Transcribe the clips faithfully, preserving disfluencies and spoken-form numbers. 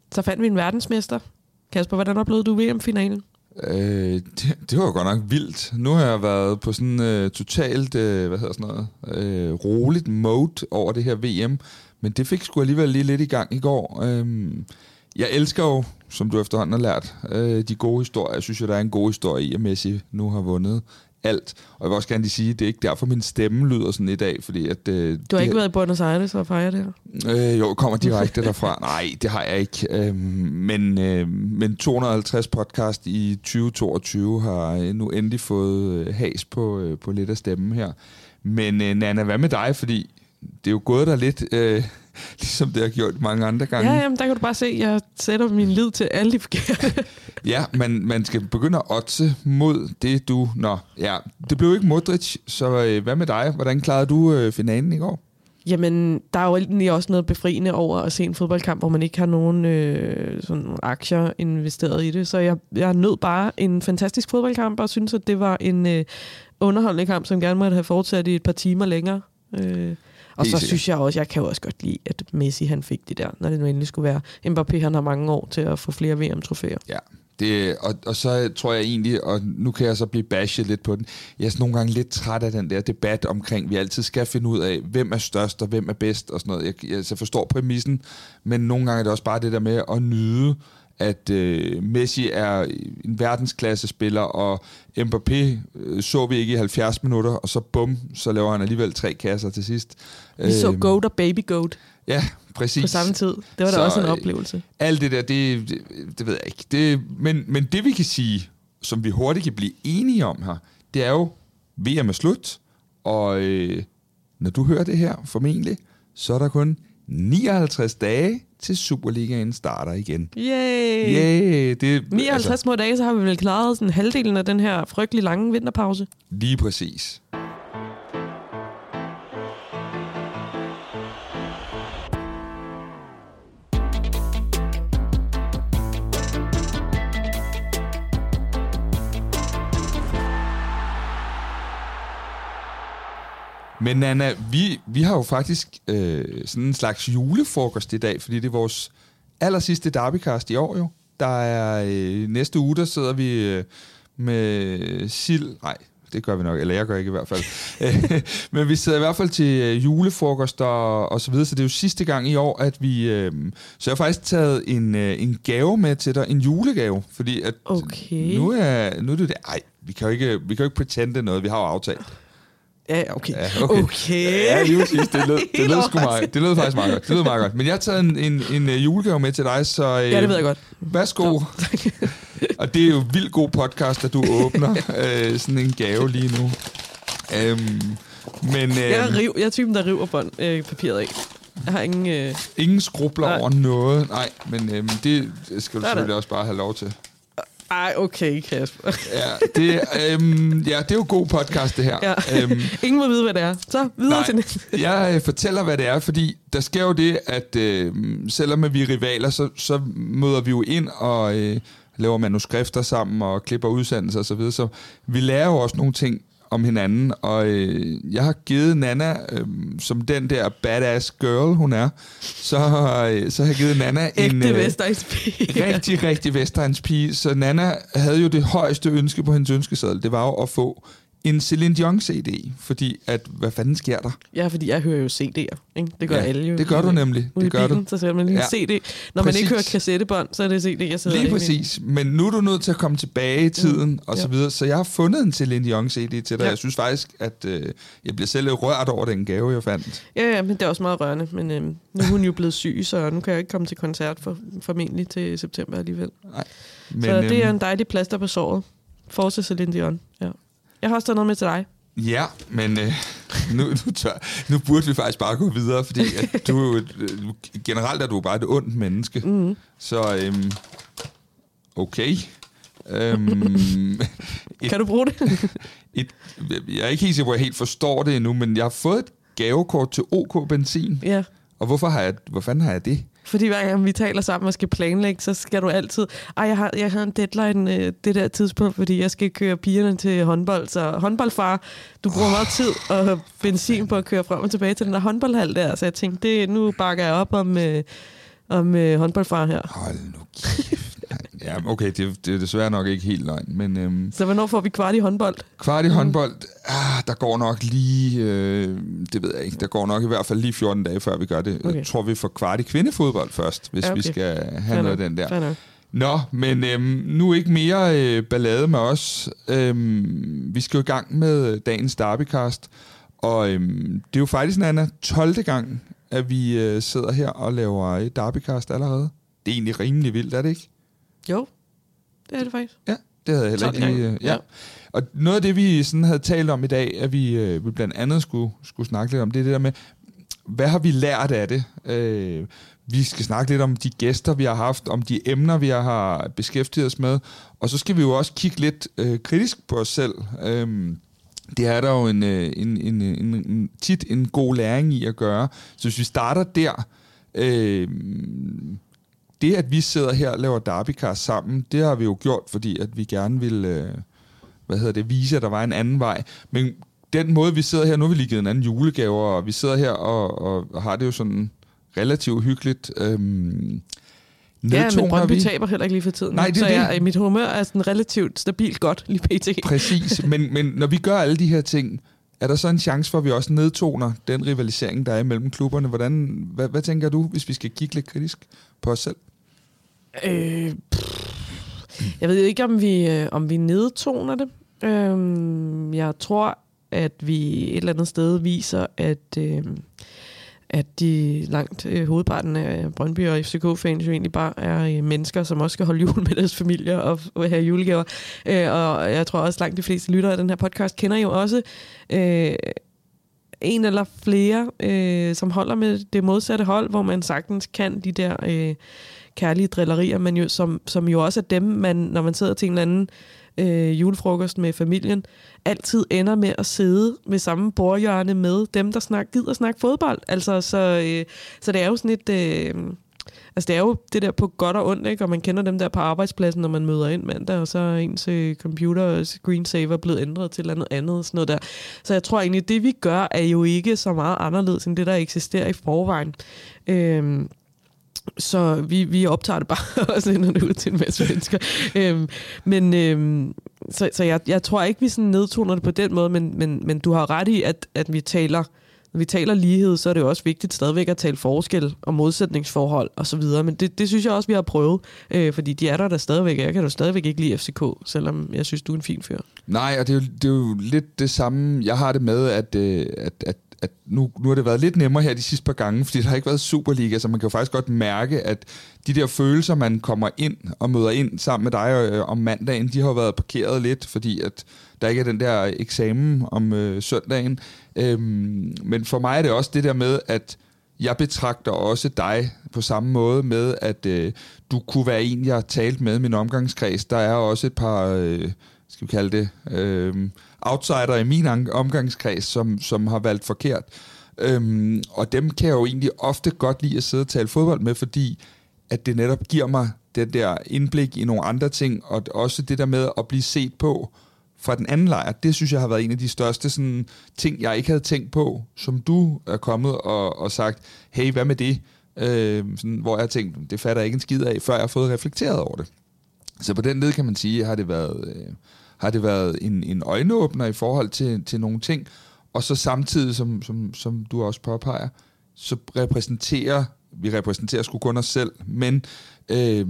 så fandt vi en verdensmester. Kasper, hvordan oplevede du V M-finalen? Øh, det, det var godt nok vildt. Nu har jeg været på sådan øh, totalt, øh, hvad hedder sådan noget, øh, roligt mode over det her V M, men det fik sgu alligevel lige lidt i gang i går. Øh, jeg elsker jo, som du efterhånden har lært, øh, de gode historier. Jeg synes jo, der er en god historie i, at Messi nu har vundet alt. Og jeg vil også gerne lige sige, at det er ikke derfor, min stemme lyder sådan i dag, fordi at... Øh, du har ikke her... været i Buenos Aires og fejre det her? Øh, jo, kommer direkte derfra. Nej, det har jeg ikke. Øh, men, øh, men to hundrede og halvtreds podcast i tyve toogtyve har nu endelig fået has på, øh, på lidt af stemmen her. Men øh, Nanna, hvad med dig? Fordi det er jo gået der lidt... Øh, ligesom det har gjort mange andre gange. Ja, jamen, der kan du bare se, at jeg sætter min lid til alle de forkerte. Ja, man, man skal begynde at oddse mod det, du... Nå, ja, det blev ikke Modric, så øh, hvad med dig? Hvordan klarede du øh, finalen i går? Jamen, der er jo egentlig også noget befriende over at se en fodboldkamp, hvor man ikke har nogen øh, sådan nogle aktier investeret i det. Så jeg, jeg nød bare en fantastisk fodboldkamp, og synes, at det var en øh, underholdende kamp, som gerne måtte have fortsat i et par timer længere. Øh. Og så synes jeg også, jeg kan jo også godt lide, at Messi han fik det der, når det nu endelig skulle være. Mbappé han har mange år til at få flere V M-trofæer. Ja, det, og, og så tror jeg egentlig, og nu kan jeg så blive bashet lidt på den, jeg er sådan nogle gange lidt træt af den der debat omkring, vi altid skal finde ud af, hvem er størst og hvem er bedst og sådan noget. Jeg, jeg, jeg forstår præmissen, men nogle gange er det også bare det der med at nyde, at øh, Messi er en verdensklassespiller, og Mbappé øh, så vi ikke i halvfjerds minutter, og så bum, så laver han alligevel tre kasser til sidst. Vi så øh, Goat og Baby Goat. Ja, præcis. På samme tid. Det var da så, også en oplevelse. Alt det der, det, det, det ved jeg ikke. Det, men, men det vi kan sige, som vi hurtigt kan blive enige om her, det er jo, V M er slut, og øh, når du hører det her formentlig, så er der kun nioghalvtreds dage til Superligaen starter igen. Yay! Yay! Det, nioghalvtreds altså, små dage, så har vi vel klaret sådan halvdelen af den her frygtelig lange vinterpause. Lige præcis. Men Anna, vi, vi har jo faktisk øh, sådan en slags julefrokost i dag, fordi det er vores allersidste derbycast i år jo. Der er øh, næste uge, der sidder vi øh, med sild. Nej, det gør vi nok, eller jeg gør ikke i hvert fald. Men vi sidder i hvert fald til øh, julefrokost og, og så videre, så det er jo sidste gang i år, at vi... Øh, så jeg har faktisk taget en, øh, en gave med til dig, en julegave, fordi at okay. nu er nu er det... Ej, vi kan jo ikke, vi kan jo ikke pretende noget, vi har jo aftalt. Ja, okay. Ja, okay. okay. Ja, lige præcis. Det lød, det lød, sgu meget, det lød faktisk meget godt. Det lød meget godt. Men jeg har taget en, en, en julegave med til dig, så... Øh, ja, det ved jeg godt. Værsgo. Og det er jo vildt god podcast, at du åbner øh, sådan en gave lige nu. Øhm, men, øh, jeg, riv, jeg er typen, der river bånd, øh, papiret af. Jeg har ingen... Øh... Ingen skrubler nej. over noget. Nej, men øh, det skal du selvfølgelig også bare have lov til. Ej, okay, Kasper. ja, det, øhm, ja, det er jo god podcast, det her. Ja. Øhm, Ingen må vide, hvad det er. Så videre nej, til næste. Jeg øh, fortæller, hvad det er, fordi der sker jo det, at øh, selvom vi er rivaler, så, så møder vi jo ind og øh, laver manuskrifter sammen og klipper udsendelser osv., så, så vi lærer jo også nogle ting om hinanden, og øh, jeg har givet Nanna, øh, som den der badass girl, hun er, så, øh, så har jeg givet Nanna en øh, rigtig, rigtig Vestegns-pige. Så Nanna havde jo det højeste ønske på hendes ønskeseddel, det var jo at få en Celine Dion C D, fordi at, hvad fanden sker der? Ja, fordi jeg hører jo C D'er, ikke? Det gør ja, alle jo. det gør du nemlig. Det gør bilen, du. Så sætter man lige ja. C D. Når præcis. Man ikke hører kassettebånd, så er det C D, jeg sidder lige præcis. I. Men nu er du nødt til at komme tilbage i tiden, mm. og så videre. Så jeg har fundet en Celine Dion C D til dig. Ja. Jeg synes faktisk, at øh, jeg bliver selv rørt over den gave, jeg fandt. Ja, ja, men det er også meget rørende. Men øh, nu er hun jo blevet syg, så nu kan jeg ikke komme til koncert for, formentlig til september alligevel. Nej. Men, så det er en dejlig plaster på såret. Fortsæt Celine Dion, ja. Jeg har også taget noget med til dig. Ja, men øh, nu, nu, tør, nu burde vi faktisk bare gå videre, fordi at du, øh, generelt er du bare et ondt menneske. Mm-hmm. Så øhm, okay. Øhm, et, kan du bruge det? et, jeg er ikke helt sikker, hvor jeg helt forstår det endnu, men jeg har fået et gavekort til OK Benzin. Ja. Og hvorfor har jeg, hvor fanden har jeg det? Fordi hver gang vi taler sammen og skal planlægge, så skal du altid... Ej, jeg har, jeg har en deadline øh, det der tidspunkt, fordi jeg skal køre pigerne til håndbold. Så håndboldfar, du bruger oh. meget tid og benzin på at køre frem og tilbage til den der håndboldhal der. Så jeg tænkte, det, nu bakker jeg op om, øh, om øh, håndboldfar her. Hold nu kæft. Ja, okay, det, det er desværre nok ikke helt løgn, men... Øhm, så hvornår får vi kvart i håndbold? Kvart i håndbold? Ah, der går nok lige... Øh, det ved jeg ikke. Der går nok i hvert fald lige fjorten dage, før vi gør det. Okay. Jeg tror, vi får kvart i kvindefodbold først, hvis ja, okay. vi skal have Fair noget af den der. Fair Nå, men øhm, nu ikke mere øh, ballade med os. Øhm, vi skal jo i gang med dagens Derbycast, og øhm, det er jo faktisk, Nanna, tolvte gang, at vi øh, sidder her og laver et Derbycast allerede. Det er egentlig rimelig vildt, er det ikke? Jo, det er det faktisk. Ja, det havde jeg heller ikke lige... Øh, ja. ja. Og noget af det, vi sådan havde talt om i dag, at vi, øh, vi blandt andet skulle, skulle snakke lidt om, det er det der med, hvad har vi lært af det? Øh, vi skal snakke lidt om de gæster, vi har haft, om de emner, vi har beskæftiget os med, og så skal vi jo også kigge lidt øh, kritisk på os selv. Øh, det er der jo en, en, en, en, en, tit en god læring i at gøre. Så hvis vi starter der... Øh, Det, at vi sidder her og laver Derbycast sammen, det har vi jo gjort, fordi at vi gerne vil øh, hvad hedder det, vise, at der var en anden vej. Men den måde, vi sidder her, nu har vi lige givet en anden julegave, og vi sidder her og, og har det jo sådan relativt hyggeligt. Øhm, ja, men Brøndby vi... taber heller ikke lige for tiden. Nej, det så det. Jeg, mit humør er sådan relativt stabilt godt lige pt. Præcis, men, men når vi gør alle de her ting, er der så en chance for, at vi også nedtoner den rivalisering, der er mellem klubberne? Hvordan, hvad, hvad tænker du, hvis vi skal kigge lidt kritisk på os selv? Øh, jeg ved ikke, om vi, øh, om vi nedtoner det. Øh, jeg tror, at vi et eller andet sted viser, at, øh, at de langt øh, hovedparten af Brøndby og F C K-fans jo egentlig bare er øh, mennesker, som også skal holde jul med deres familier og, og have julegaver. Øh, og jeg tror også, langt de fleste lyttere af den her podcast kender jo også øh, en eller flere, øh, som holder med det modsatte hold, hvor man sagtens kan de der... Øh, kærlige drillerier, men jo, som, som jo også er dem, man, når man sidder til en eller anden øh, julefrokost med familien, altid ender med at sidde ved samme bordhjørne med dem, der snak, gider snakke fodbold. Altså, så, øh, så det er jo sådan et... Øh, altså, det er jo det der på godt og ondt, ikke? Og man kender dem der på arbejdspladsen, når man møder ind mandag, og så er ens øh, computer screensaver blevet ændret til noget andet, sådan noget der. Så jeg tror egentlig, det vi gør, er jo ikke så meget anderledes, end det, der eksisterer i forvejen. Øh, Så vi, vi optager det bare og sender det ud til en masse mennesker. Øhm, men øhm, så, så jeg, jeg tror ikke, vi sådan nedtoner det på den måde, men, men, men du har ret i, at, at vi taler, når vi taler lighed, så er det jo også vigtigt stadigvæk at tale forskel og modsætningsforhold og så videre. Men det, det synes jeg også, vi har prøvet, øh, fordi de er der der stadigvæk. Jeg kan jo stadigvæk ikke lide F C K, selvom jeg synes, du er en fin fyr. Nej, og det er jo, det er jo lidt det samme. Jeg har det med, at, at, at at nu, nu har det været lidt nemmere her de sidste par gange, fordi der har ikke været Superliga, så man kan jo faktisk godt mærke, at de der følelser, man kommer ind og møder ind sammen med dig øh, om mandagen, de har været parkeret lidt, fordi at der ikke er den der eksamen om øh, søndagen. Øhm, men for mig er det også det der med, at jeg betragter også dig på samme måde med, at øh, du kunne være en, jeg har talt med i min omgangskreds. Der er også et par... Øh, skal vi kalde det, øh, outsider i min omgangskreds, som, som har valgt forkert. Øhm, og dem kan jeg jo egentlig ofte godt lide at sidde og tale fodbold med, fordi at det netop giver mig det der indblik i nogle andre ting, og også det der med at blive set på fra den anden lejr. Det synes jeg har været en af de største sådan, ting, jeg ikke havde tænkt på, som du er kommet og, og sagt, hey, hvad med det? Øh, sådan, hvor jeg har tænkt, det fatter jeg ikke en skid af, før jeg har fået reflekteret over det. Så på den led kan man sige, har det været... Øh, har det været en, en øjenåbner i forhold til, til nogle ting, og så samtidig, som, som, som du også påpeger, så repræsenterer, vi repræsenterer sgu kun os selv, men... Øh,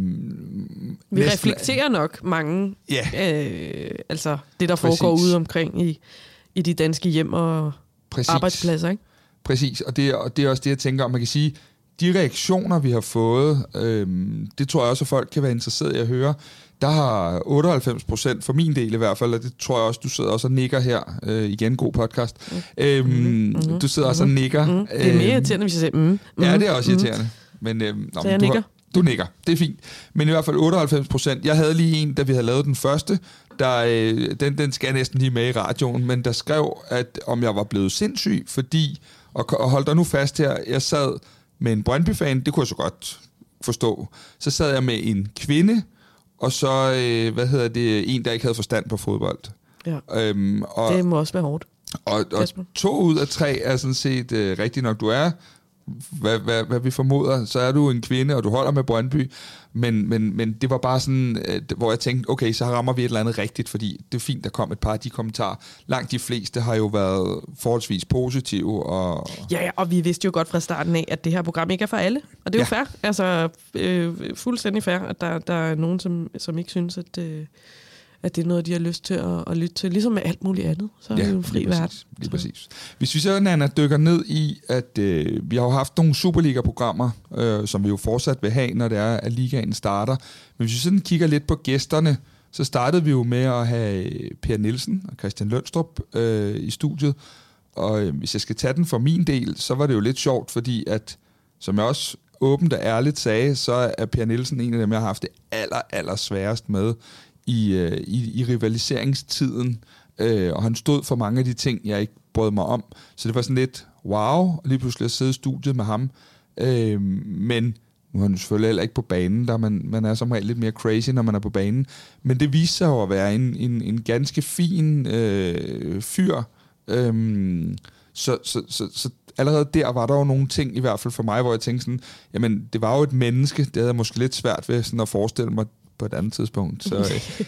vi reflekterer nok mange, yeah. øh, altså det, der Præcis. foregår ude omkring i, i de danske hjem og Præcis. arbejdspladser, ikke? Præcis, og det, og det er også det, jeg tænker om, man kan sige, de reaktioner, vi har fået, øh, det tror jeg også, at folk kan være interesseret i at høre. Der har otteoghalvfems procent, for min del i hvert fald, og det tror jeg også, du sidder også og nikker her. Øh, igen, god podcast. Mm. Øhm, mm-hmm. Du sidder mm-hmm. også og nikker. Mm. Det er mere irriterende, hvis jeg siger mm. Mm. Ja, det er også irriterende. Men, øhm, Så jeg du nikker. Har, du nikker, det er fint. Men i hvert fald otteoghalvfems procent. Jeg havde lige en, da vi havde lavet den første, der, øh, den, den skal næsten lige med i radioen, men der skrev, at om jeg var blevet sindssyg, fordi, og, og hold dig nu fast her, jeg sad med en Brøndby-fan, det kunne jeg så godt forstå. Så sad jeg med en kvinde, og så, øh, hvad hedder det, en, der ikke havde forstand på fodbold. Ja. Øhm, og, det må også være hårdt. Og, og to ud af tre er sådan set øh, rigtigt nok. Du er hvad, hvad, hvad vi formoder, så er du en kvinde, og du holder med Brøndby. Men, men, men det var bare sådan, øh, hvor jeg tænkte, okay, så rammer vi et eller andet rigtigt, fordi det er fint, der kom et par af de kommentarer. Langt de fleste har jo været forholdsvis positive. Og ja, ja, og vi vidste jo godt fra starten af, at det her program ikke er for alle. Og det er jo ja. fair. Altså, øh, fuldstændig fair, at der, der er nogen, som, som ikke synes, at, øh, at det er noget, de har lyst til at, at lytte til. Ligesom med alt muligt andet. Så er ja, det jo en fri verden. Lige præcis. Hvis vi så, Nanna, dykker ned i, at øh, vi har jo haft nogle Superliga-programmer, øh, som vi jo fortsat vil have, når det er, at ligaen starter. Men hvis vi sådan kigger lidt på gæsterne, så startede vi jo med at have Per Nielsen og Christian Lønstrup øh, i studiet. Og øh, hvis jeg skal tage den for min del, så var det jo lidt sjovt, fordi at, som jeg også åbent og ærligt sagde, så er Per Nielsen en af dem, jeg har haft det aller, aller sværest med i, øh, i, i rivaliseringstiden. Øh, og han stod for mange af de ting, jeg ikke brød mig om. Så det var sådan lidt wow, lige pludselig at sidde i studiet med ham. Øh, men nu er han selvfølgelig heller ikke på banen, der man, man er som regel lidt mere crazy, når man er på banen. Men det viste sig jo at være en, en, en ganske fin øh, fyr. Øhm, så, så, så, så allerede der var der jo nogle ting, i hvert fald for mig, hvor jeg tænkte sådan, jamen det var jo et menneske, det havde jeg måske lidt svært ved sådan at forestille mig på et andet tidspunkt. Så, øh.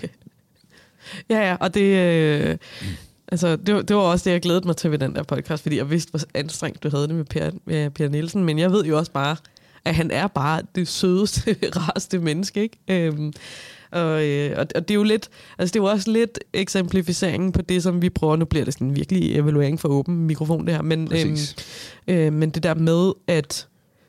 ja, ja, og det, øh, altså, det, var, det var også det, jeg glædede mig til ved den der podcast, fordi jeg vidste, hvor anstrengt du havde det med Per, med Per Nielsen, men jeg ved jo også bare, at han er bare det sødeste, rareste menneske, ikke? Øhm, og, øh, og det er jo lidt, altså det er jo også lidt eksemplificeringen på det, som vi prøver. Nu bliver det sådan en virkelig evaluering for åben mikrofon, det her. Men, øhm, øh, men det der med, at,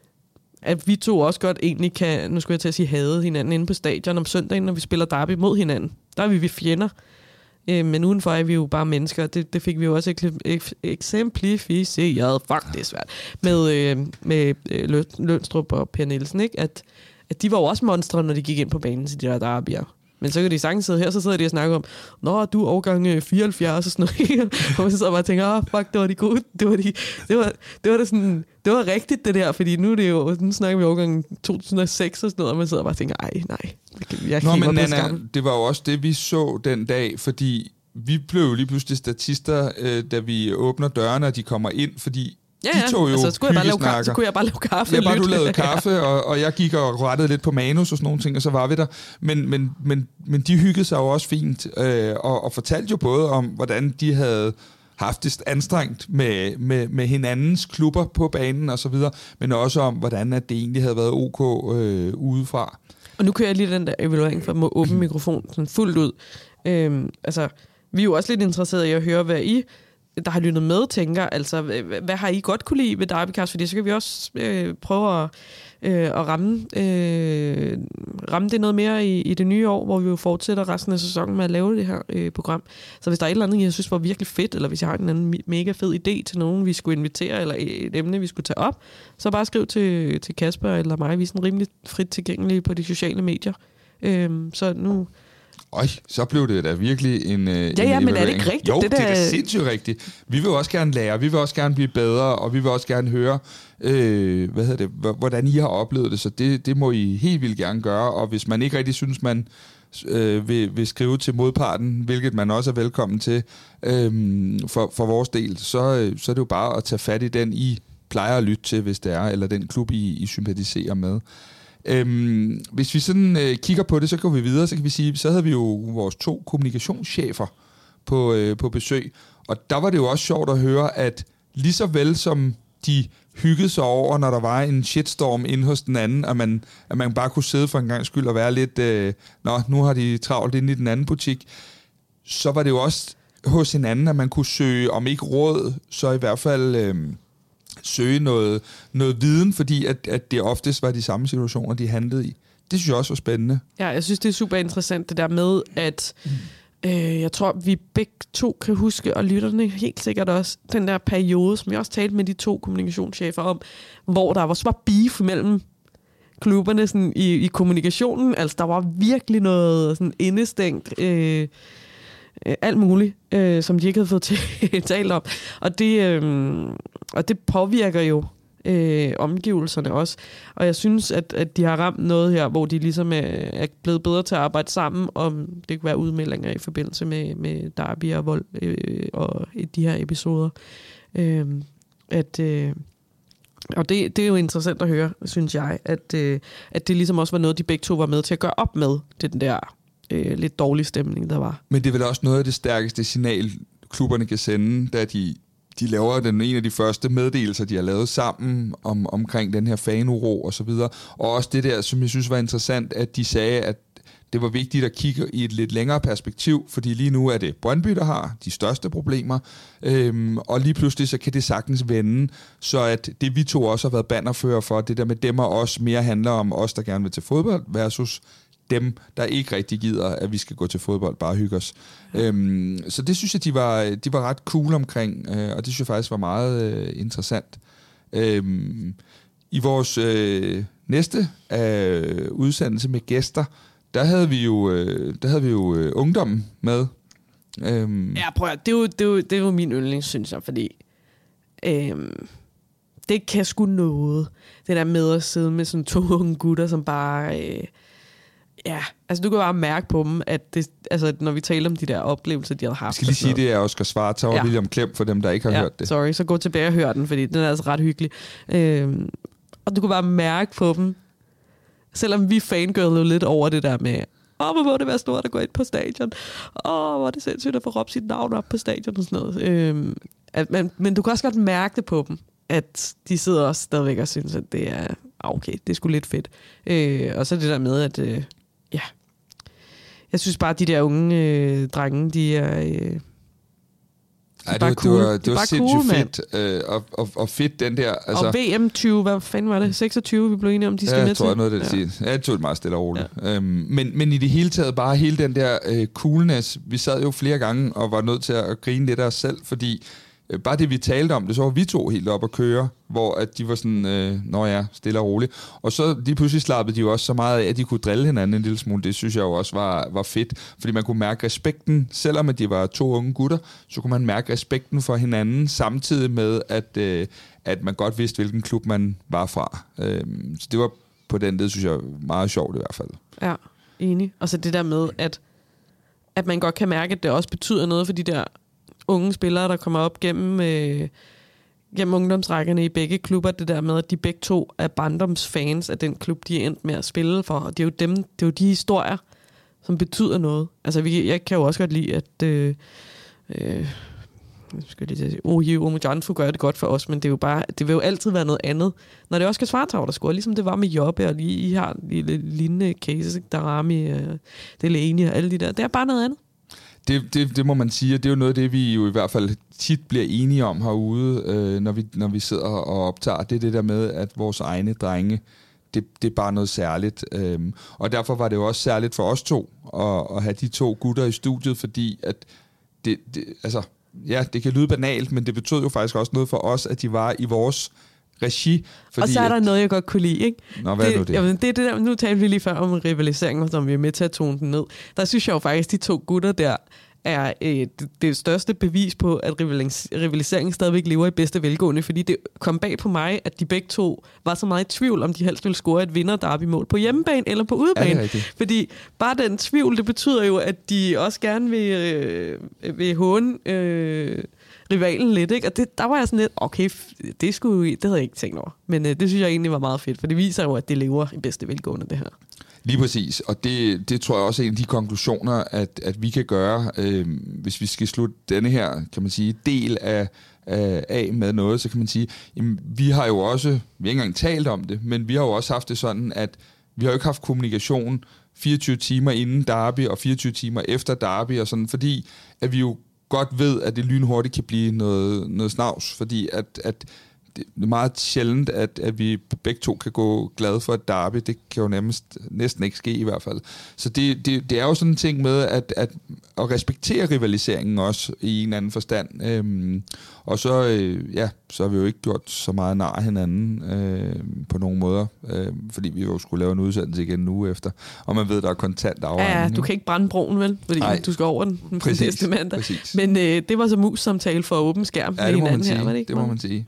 at vi to også godt egentlig kan, nu skulle jeg til at sige, hade hinanden inde på stadion om søndagen, når vi spiller derby mod hinanden. Der er vi vi fjender. Øh, men udenfor er vi jo bare mennesker. Det, det fik vi jo også ek- eksemplificeret. Fuck, det er svært. Med, øh, med øh, Lønstrup og Per Nielsen, ikke? At, at de var jo også monstre, når de gik ind på banen til de der derbyer. Men så kan de sagtens sidde her, så sidder de og snakker om, nå, du er årgang fireoghalvfjerds og sådan noget. Og så sidder bare og tænker, åh, oh, fuck, det var de gode. Det var, de, det var, det var, det sådan, det var rigtigt, det der, fordi nu, er det jo, nu snakker vi årgang to tusind og seks og sådan noget, og man sidder og bare og tænker, ej, nej. Jeg Nå, men Nanna, det var jo også det, vi så den dag, fordi vi blev jo lige pludselig statister, øh, da vi åbner dørene, og de kommer ind, fordi ja, ja. de tog jo altså, så, jeg bare lave kaffe, så kunne jeg bare lave kaffe. Ja, bare du lavede kaffe, og, og jeg gik og rettede lidt på manus og sådan nogle ting, og så var vi der. Men, men, men, men de hyggede sig jo også fint, øh, og, og fortalte jo både om, hvordan de havde haft det anstrengt med, med, med hinandens klubber på banen og så videre, men også om, hvordan at det egentlig havde været ok øh, udefra. Og nu kører jeg lige den der evaluering for at må åbne mikrofon sådan fuldt ud. Øhm, altså, vi er jo også lidt interesserede i at høre, hvad I, der har lyttet med, tænker. Altså, hvad har I godt kunne lide ved Derbycast? Fordi så kan vi også øh, prøve at, øh, at ramme, øh, ramme det noget mere i, i det nye år, hvor vi jo fortsætter resten af sæsonen med at lave det her øh, program. Så hvis der er et eller andet, jeg synes var virkelig fedt, eller hvis jeg har en anden mega fed idé til nogen, vi skulle invitere, eller et emne, vi skulle tage op, så bare skriv til, til Kasper eller mig. Vi er sådan rimelig frit tilgængelige på de sociale medier. Øh, så nu... Øj, så blev det da virkelig en Ja, ja, ja, en men er det ikke rigtigt? Jo, det, det der... er da sindssygt rigtigt. Vi vil også gerne lære, vi vil også gerne blive bedre, og vi vil også gerne høre, øh, hvad hedder det, hvordan I har oplevet det, så det, det må I helt vildt gerne gøre, og hvis man ikke rigtig synes, man øh, vil, vil skrive til modparten, hvilket man også er velkommen til øh, for, for vores del, så, så er det jo bare at tage fat i den, I plejer at lytte til, hvis det er, eller den klub, I, I sympatiserer med. Øhm, hvis vi sådan øh, kigger på det, så går vi videre, så kan vi sige, så havde vi jo vores to kommunikationschefer på, øh, på besøg, og der var det jo også sjovt at høre, at lige så vel som de hyggede sig over, når der var en shitstorm inde hos den anden, at man, at man bare kunne sidde for en gang skyld og være lidt, øh, nå, nu har de travlt inde i den anden butik, så var det jo også hos hinanden, at man kunne søge, om ikke råd, så i hvert fald... Øh, søge noget, noget viden, fordi at, at det oftest var de samme situationer, de handlede i. Det synes jeg også var spændende. Ja, jeg synes, det er super interessant, det der med, at mm. øh, jeg tror, vi begge to kan huske, og lytterne helt sikkert også, den der periode, som jeg også talte med de to kommunikationschefer om, hvor der også var beef mellem klubberne sådan, i, i kommunikationen. Altså, der var virkelig noget sådan indestængt... Øh, alt muligt, øh, som de ikke havde fået til talt om. Og det, øh, og det påvirker jo øh, omgivelserne også. Og jeg synes, at, at de har ramt noget her, hvor de ligesom er, er blevet bedre til at arbejde sammen, om det kan være udmeldinger i forbindelse med, med derby og vold øh, og de her episoder. Øh, at, øh, Og det, det er jo interessant at høre, synes jeg, at, øh, at det ligesom også var noget, de begge to var med til at gøre op med, det den der øh, lidt dårlige stemning, der var. Men det er vel også noget af det stærkeste signal, klubberne kan sende, da de, de laver den en af de første meddelelser, de har lavet sammen om, omkring den her fanuro og så videre. Og også det der, som jeg synes var interessant, at de sagde, at det var vigtigt at kigge i et lidt længere perspektiv, fordi lige nu er det Brøndby, der har de største problemer, øhm, og lige pludselig så kan det sagtens vende, så at det vi to også har været bannerfører for, det der med dem og os mere handler om os, der gerne vil til fodbold, versus dem, der ikke rigtig gider, at vi skal gå til fodbold, bare hygge os. Ja. Øhm, så det synes jeg, de var, de var ret cool omkring, øh, og det synes jeg faktisk var meget øh, interessant. Øhm, I vores øh, næste øh, udsendelse med gæster, der havde vi jo, øh, der havde vi jo øh, ungdommen med. Øhm. Ja, prøv at, det er jo, det er jo, det er jo min yndling, synes jeg, fordi øhm, det kan sgu noget. Det der med at sidde med sådan to unge gutter, som bare... Øh, ja, altså du kan bare mærke på dem, at det, altså, når vi taler om de der oplevelser, de havde haft. Jeg skal lige sige, det er Oscar Svarta og ja. William Klem, for dem, der ikke har ja, hørt det. Sorry, så gå tilbage og hør den, fordi den er altså ret hyggelig. Øhm, og du kan bare mærke på dem, selvom vi fangirlede lidt over det der med, åh, hvor må det være stort at gå ind på stadion. Åh, hvor er det sindssygt at få råbt sit navn op på stadion og sådan noget. Øhm, at, men, men du kan også godt mærke det på dem, at de sidder også stadigvæk og synes, at det er, okay, det er sgu lidt fedt. Øh, og så det der med, at øh, ja, jeg synes bare, at de der unge øh, drenge, de er... Øh, Ej, det, var, cool. det var, det var sindssygt cool, fedt, øh, og, og, og fedt den der... Altså, og V M tyve, hvad fanden var det? seksogtyve, vi blev enige om, de skal ja, med til? Ja, jeg tror noget, det ja. Ja, det tog det meget stille og roligt. Ja. Øhm, men, men i det hele taget, bare hele den der øh, coolness, vi sad jo flere gange og var nødt til at grine lidt af os selv, fordi øh, bare det, vi talte om det, så var vi to helt op at køre, hvor at de var sådan, øh, nå ja, stille og roligt. Og så lige pludselig slappede de jo også så meget af, at de kunne drille hinanden en lille smule. Det synes jeg jo også var, var fedt, fordi man kunne mærke respekten, selvom at de var to unge gutter, så kunne man mærke respekten for hinanden, samtidig med, at, øh, at man godt vidste, hvilken klub man var fra. Øh, så det var på den led, synes jeg, meget sjovt i hvert fald. Ja, enig. Og så det der med, at, at man godt kan mærke, at det også betyder noget for de der unge spillere, der kommer op gennem... Øh, gennem ungdomsrækkerne i begge klubber, det der med, at de begge to er barndomsfans af den klub, de er endt med at spille for. Og det er jo dem, det er jo de historier, som betyder noget. Altså, vi, jeg kan jo også godt lide, at øh, øh, skal jeg lige sige, Oje Omojanfu gør det godt for os, men det er jo bare, det vil jo altid være noget andet. Når det også skal Svartov, der scorer, ligesom det var med Jobbe, og lige, I har lige lignende cases, Darami, øh, Delaney og alle de der. Det er bare noget andet. Det, det, det må man sige, og det er jo noget af det, vi jo i hvert fald tit bliver enige om herude, øh, når, vi, når vi sidder og optager. Det er det der med, at vores egne drenge, det, det er bare noget særligt. Øhm, og derfor var det jo også særligt for os to, at, at have de to gutter i studiet, fordi at det, det, altså, ja, det kan lyde banalt, men det betød jo faktisk også noget for os, at de var i vores regi. Fordi og så er der at, noget, jeg godt kunne lide, ikke? Nå, hvad det, er nu det? Jamen, det er det der, nu talte vi lige før om rivaliseringen, som vi er med til at tone den ned. Der synes jeg jo faktisk, de to gutter der er øh, det, det største bevis på, at rivalis- rivaliseringen stadigvæk lever i bedste velgående, fordi det kom bag på mig, at de begge to var så meget i tvivl, om de helst ville score et vinder-derby-mål på hjemmebane eller på udebane. Ja, fordi bare den tvivl, det betyder jo, at de også gerne vil, øh, vil håne øh, rivalen lidt, ikke? Og det, der var jeg sådan lidt, okay, det, skulle, det havde jeg ikke tænkt over. Men øh, det synes jeg egentlig var meget fedt, for det viser jo, at det lever i bedste velgående, det her. Lige præcis, og det, det tror jeg også er en af de konklusioner, at, at vi kan gøre, øh, hvis vi skal slutte denne her, kan man sige, del af, af, af med noget, så kan man sige, jamen, vi har jo også, vi har ikke engang talt om det, men vi har jo også haft det sådan, at vi har jo ikke haft kommunikation fireogtyve timer inden derby og fireogtyve timer efter derby og sådan, fordi at vi jo godt ved, at det lynhurtigt kan blive noget, noget snavs, fordi at, at det er meget sjældent, at, at vi begge to kan gå glade for et derby. Det kan jo nærmest, næsten ikke ske i hvert fald. Så det, det, det er jo sådan en ting med at, at, at respektere rivaliseringen også i en anden forstand. Øhm, og så, øh, ja, så har vi jo ikke gjort så meget nar hinanden øh, på nogen måder, øh, fordi vi jo skulle lave en udsendelse igen en uge efter. Og man ved, der er kontant afregning. Ja, du kan ikke brænde broen, vel? Fordi Ej, du skal over den præcis, næste mandag. Præcis. Men øh, det var så mus-samtale for åben skærm ja, med hinanden sige, her, var det ikke? Det må man sige.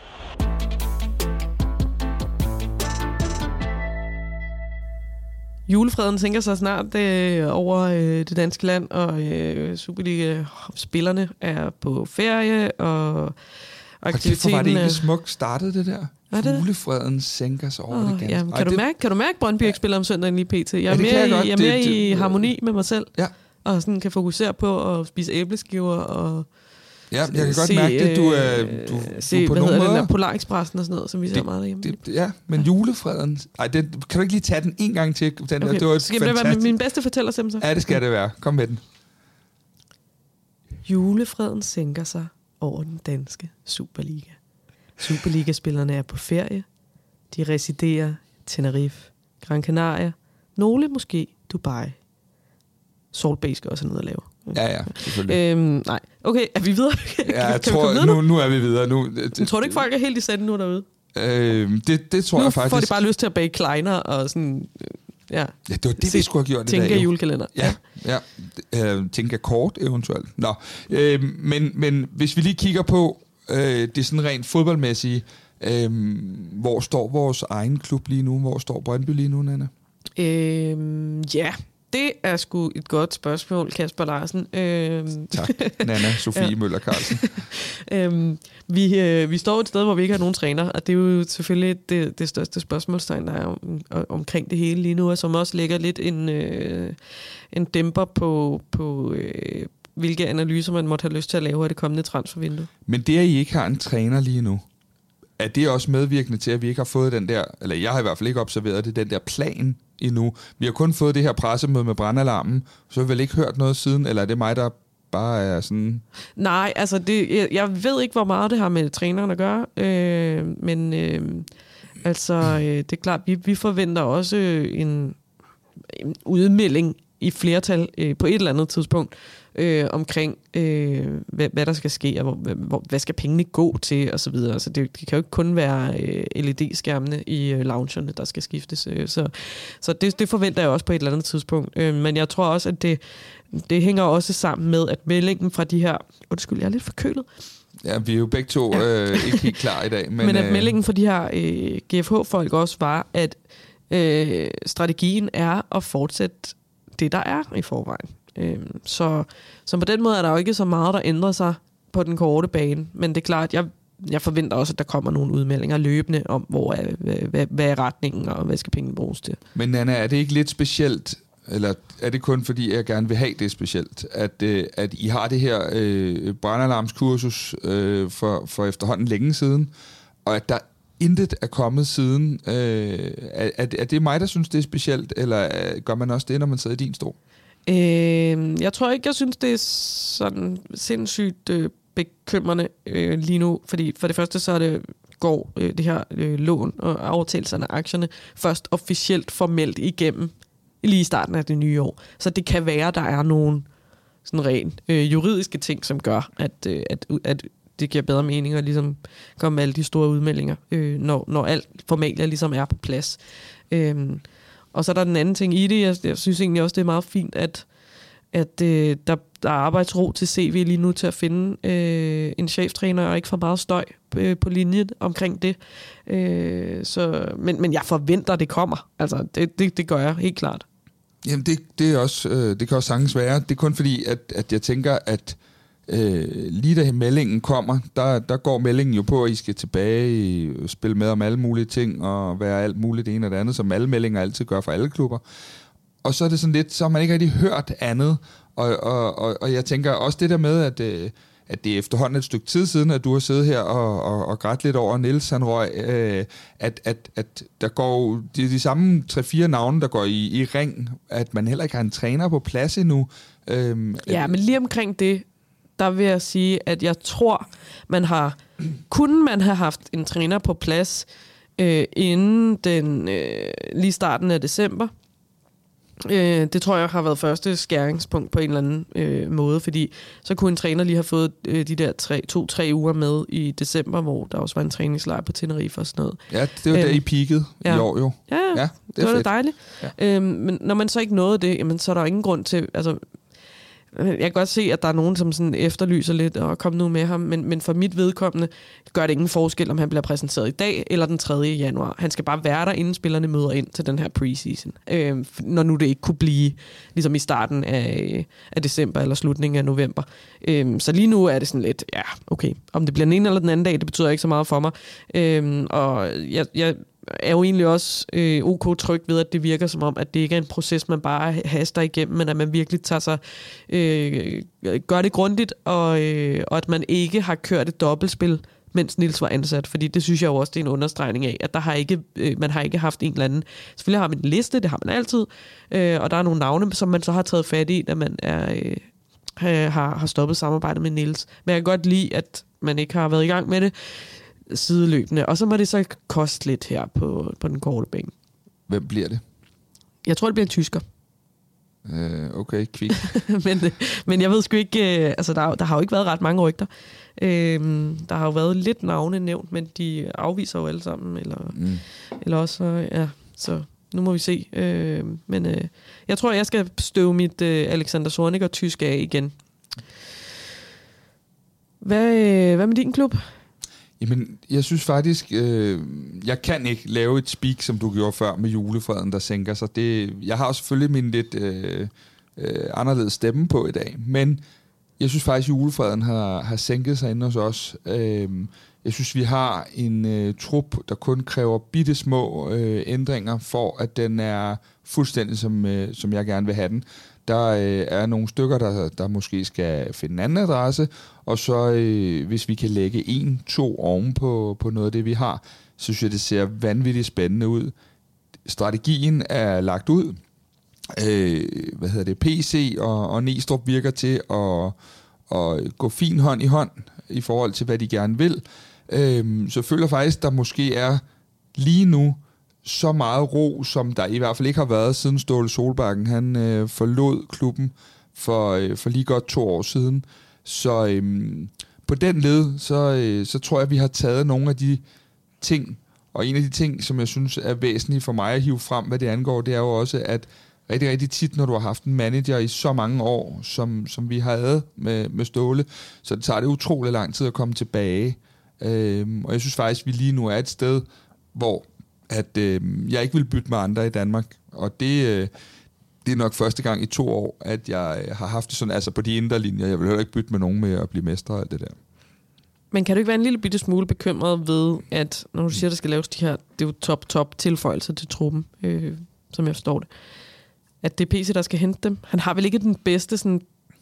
Julefreden tænker sig snart øh, over øh, det danske land, og øh, Superliga-spillerne er på ferie, og aktiviteten... Hvorfor var det egentlig smukt startet, det der? Det? Fuglefreden sænker sig over oh, det ganske. Ja, kan, Ej, du det... mærke, kan du mærke, Brøndby ikke spiller om søndagen lige pt? Jeg er ja, mere, jeg i, jeg er mere det, i det, harmoni med mig selv, ja. og sådan kan fokusere på at spise æbleskiver og... Ja, jeg kan godt se, mærke det. Du er, du, se, du på hvad nogle hedder måder... den der Polarekspressen og sådan noget, som vi ser meget derhjemme. Det, ja, men ja. Julefreden... Ej, det, kan du ikke lige tage den en gang til? Den okay. der, det var skal det være min bedste fortællerstemme så? Ja, det skal det være. Kom med den. Julefreden sænker sig over den danske Superliga. Superligaspillerne er på ferie. De residerer Tenerife, Gran Canaria, nogle måske Dubai. Salt Bay skal også have noget at lave. Ja, ja, selvfølgelig. Øhm, nej, okay, er vi videre? Ja, jeg tror, nu, nu er vi videre. Nu, det, tror du ikke, folk er helt i senden nu derude? Øhm, det, det tror nu jeg faktisk. Nu får de bare lyst til at bage kleiner og sådan... Ja, ja det var det, vi skulle have gjort i dag. Tænke julekalender. Ja, ja. ja. Øh, tænke kort eventuelt. Nå, øh, men, men hvis vi lige kigger på øh, det sådan rent fodboldmæssige, øh, hvor står vores egen klub lige nu? Hvor står Brøndby lige nu, Nanna? Øhm, ja, det er sgu et godt spørgsmål, Kasper Larsen. Øhm. Tak, Nanna Sofie ja. Møller Carlsen. øhm, vi, øh, vi står et sted, hvor vi ikke har nogen træner, og det er jo selvfølgelig det, det største spørgsmålstegn, der er om, omkring det hele lige nu, og som også lægger lidt en, øh, en dæmper på, på øh, hvilke analyser man måtte have lyst til at lave af det kommende transfervindue. Men det, at I ikke har en træner lige nu, er det også medvirkende til, at vi ikke har fået den der, eller jeg har i hvert fald ikke observeret det, den der plan endnu. Vi har kun fået det her pressemøde med brandalarmen, så har vi vel ikke hørt noget siden, eller er det mig, der bare er sådan... Nej, altså det, jeg, jeg ved ikke, hvor meget det har med træneren at gøre, øh, men øh, altså øh, det er klart, vi, vi forventer også en, en udmelding i flertal øh, på et eller andet tidspunkt, Øh, omkring, øh, hvad, hvad der skal ske, og hvor, hvor, hvad skal pengene gå til, og så videre. Altså, det, det kan jo ikke kun være øh, L E D-skærmene i øh, loungerne, der skal skiftes. Øh, så så det, det forventer jeg også på et eller andet tidspunkt. Øh, men jeg tror også, at det, det hænger også sammen med, at meldingen fra de her... Undskyld, jeg er lidt forkølet. Ja, vi er jo begge to øh, ikke helt klar i dag. Men, men at øh... meldingen fra de her øh, G F H-folk også var, at øh, strategien er at fortsætte det, der er i forvejen. Så, så på den måde er der jo ikke så meget, der ændrer sig på den korte bane. Men det er klart, jeg, jeg forventer også, at der kommer nogle udmeldinger løbende om, hvor er, hvad, hvad er retningen, og hvad skal pengene bruges til. Men Nanna, er det ikke lidt specielt, eller er det kun fordi, jeg gerne vil have det specielt, at, at I har det her øh, brandalarmskursus øh, for, for efterhånden længe siden, og at der intet er kommet siden? Øh, er, er det mig, der synes, det er specielt, eller gør man også det, når man sidder i din stol? Øh, jeg tror ikke, jeg synes, det er sådan sindssygt øh, bekymrende øh, lige nu, fordi for det første så er det går øh, det her øh, lån og overtagelserne af aktierne først officielt formelt igennem lige i starten af det nye år. Så det kan være, der er nogle sådan rent øh, juridiske ting, som gør, at, øh, at, at det giver bedre mening at ligesom komme med alle de store udmeldinger, øh, når, når alt formelt ligesom er på plads. Øh, Og så er der den anden ting i det. Jeg, jeg synes egentlig også, det er meget fint, at, at øh, der, der er arbejdsro til C V lige nu til at finde øh, en cheftræner, og ikke for meget støj øh, på linjen omkring det. Øh, så, men, men jeg forventer, at det kommer. Altså, det, det, det gør jeg helt klart. Jamen, det, det, er også, øh, det kan også sagtens være. Det er kun fordi, at, at jeg tænker, at øh, lige da meldingen kommer, der, der går meldingen jo på, at I skal tilbage og spille med om alle mulige ting, og være alt muligt det ene og det andet, som alle meldinger altid gør for alle klubber. Og så er det sådan lidt, så har man ikke rigtig hørt andet. Og, og, og, og jeg tænker også det der med, at, øh, at det er efterhånden et stykke tid siden, at du har siddet her og, og, og grædt lidt over Niels, han røg, øh, at, at, at der går de, de samme tre-fire navne, der går i, i ring, at man heller ikke har en træner på plads endnu. Øh, ja, men lige omkring det, der vil jeg sige, at jeg tror, man har, kunne man have haft en træner på plads øh, inden den øh, lige starten af december. Øh, det tror jeg har været første skæringspunkt på en eller anden øh, måde, fordi så kunne en træner lige have fået øh, de der tre, to-tre uger med i december, hvor der også var en træningslejr på Tenerife og sådan noget. Ja, det var øh, der I peakede ja. i år jo. Ja, ja det, det var fedt. Det dejligt. Ja. Øh, men når man så ikke nåede det, jamen, så er der ingen grund til... Altså, Jeg kan godt se, at der er nogen, som sådan efterlyser lidt og kom nu med ham, men, men for mit vedkommende gør det ingen forskel, om han bliver præsenteret i dag eller den tredje januar. Han skal bare være der, inden spillerne møder ind til den her preseason. Øh, når nu det ikke kunne blive ligesom i starten af, af december eller slutningen af november. Øh, så lige nu er det sådan lidt, ja, okay. Om det bliver den ene eller den anden dag, det betyder ikke så meget for mig. Øh, og jeg... jeg er jo egentlig også øh, ok tryg ved, at det virker som om, at det ikke er en proces, man bare haster igennem, men at man virkelig tager sig, øh, gør det grundigt, og, øh, og at man ikke har kørt et dobbeltspil, mens Niels var ansat, fordi det synes jeg jo også, det er en understregning af, at der har ikke, øh, man har ikke haft en eller anden, selvfølgelig har man en liste, det har man altid, øh, og der er nogle navne, som man så har taget fat i, når man er, øh, har, har stoppet samarbejdet med Niels. Men jeg kan godt lide, at man ikke har været i gang med det, sideløbende. Og så må det så koste lidt her på, på den korte bænk. Hvem bliver det? Jeg tror, det bliver en tysker. Øh, okay, kvik. men, men jeg ved sgu ikke... Altså, der, der har jo ikke været ret mange rygter. Øhm, der har jo været lidt navne nævnt, men de afviser jo alle sammen. Eller, mm. eller også... Ja, så nu må vi se. Øh, men øh, jeg tror, jeg skal støve mit øh, Alexander Zornig og tysk af igen. Hvad, øh, hvad med din klub? Jamen, jeg synes faktisk, øh, jeg kan ikke lave et speak, som du gjorde før med julefreden, der sænker sig. Det, jeg har selvfølgelig min lidt øh, øh, anderledes stemme på i dag, men jeg synes faktisk, at julefreden har, har sænket sig inde hos os. Øh, jeg synes, vi har en øh, trup, der kun kræver bitte små øh, ændringer, for at den er fuldstændig, som, øh, som jeg gerne vil have den. Der øh, er nogle stykker, der, der måske skal finde en anden adresse, og så øh, hvis vi kan lægge en, to oven på, på noget af det, vi har, så synes jeg, det ser vanvittigt spændende ud. Strategien er lagt ud. Øh, hvad hedder det? P C og, og Næstrup virker til at, at gå fin hånd i hånd i forhold til, hvad de gerne vil. Øh, så jeg føler faktisk, der måske er lige nu så meget ro, som der i hvert fald ikke har været siden Ståle Solbakken. Han øh, forlod klubben for, øh, for lige godt to år siden. Så øh, på den led, så, øh, så tror jeg, at vi har taget nogle af de ting, og en af de ting, som jeg synes er væsentlige for mig at hive frem, hvad det angår, det er jo også, at rigtig, rigtig tit, når du har haft en manager i så mange år, som, som vi havde med, med Ståle, så det tager det utrolig lang tid at komme tilbage. Øh, og jeg synes faktisk, at vi lige nu er et sted, hvor at øh, jeg ikke vil bytte med andre i Danmark, og det, øh, det er nok første gang i to år, at jeg øh, har haft det sådan, altså på de indre linjer, jeg vil heller ikke bytte med nogen med at blive mestre og alt det der. Men kan du ikke være en lille bitte smule bekymret ved, at når du siger, at der skal laves de her, det er jo top, top tilføjelser til truppen, øh, som jeg forstår det, at det er P C, der skal hente dem. Han har vel ikke den bedste sådan,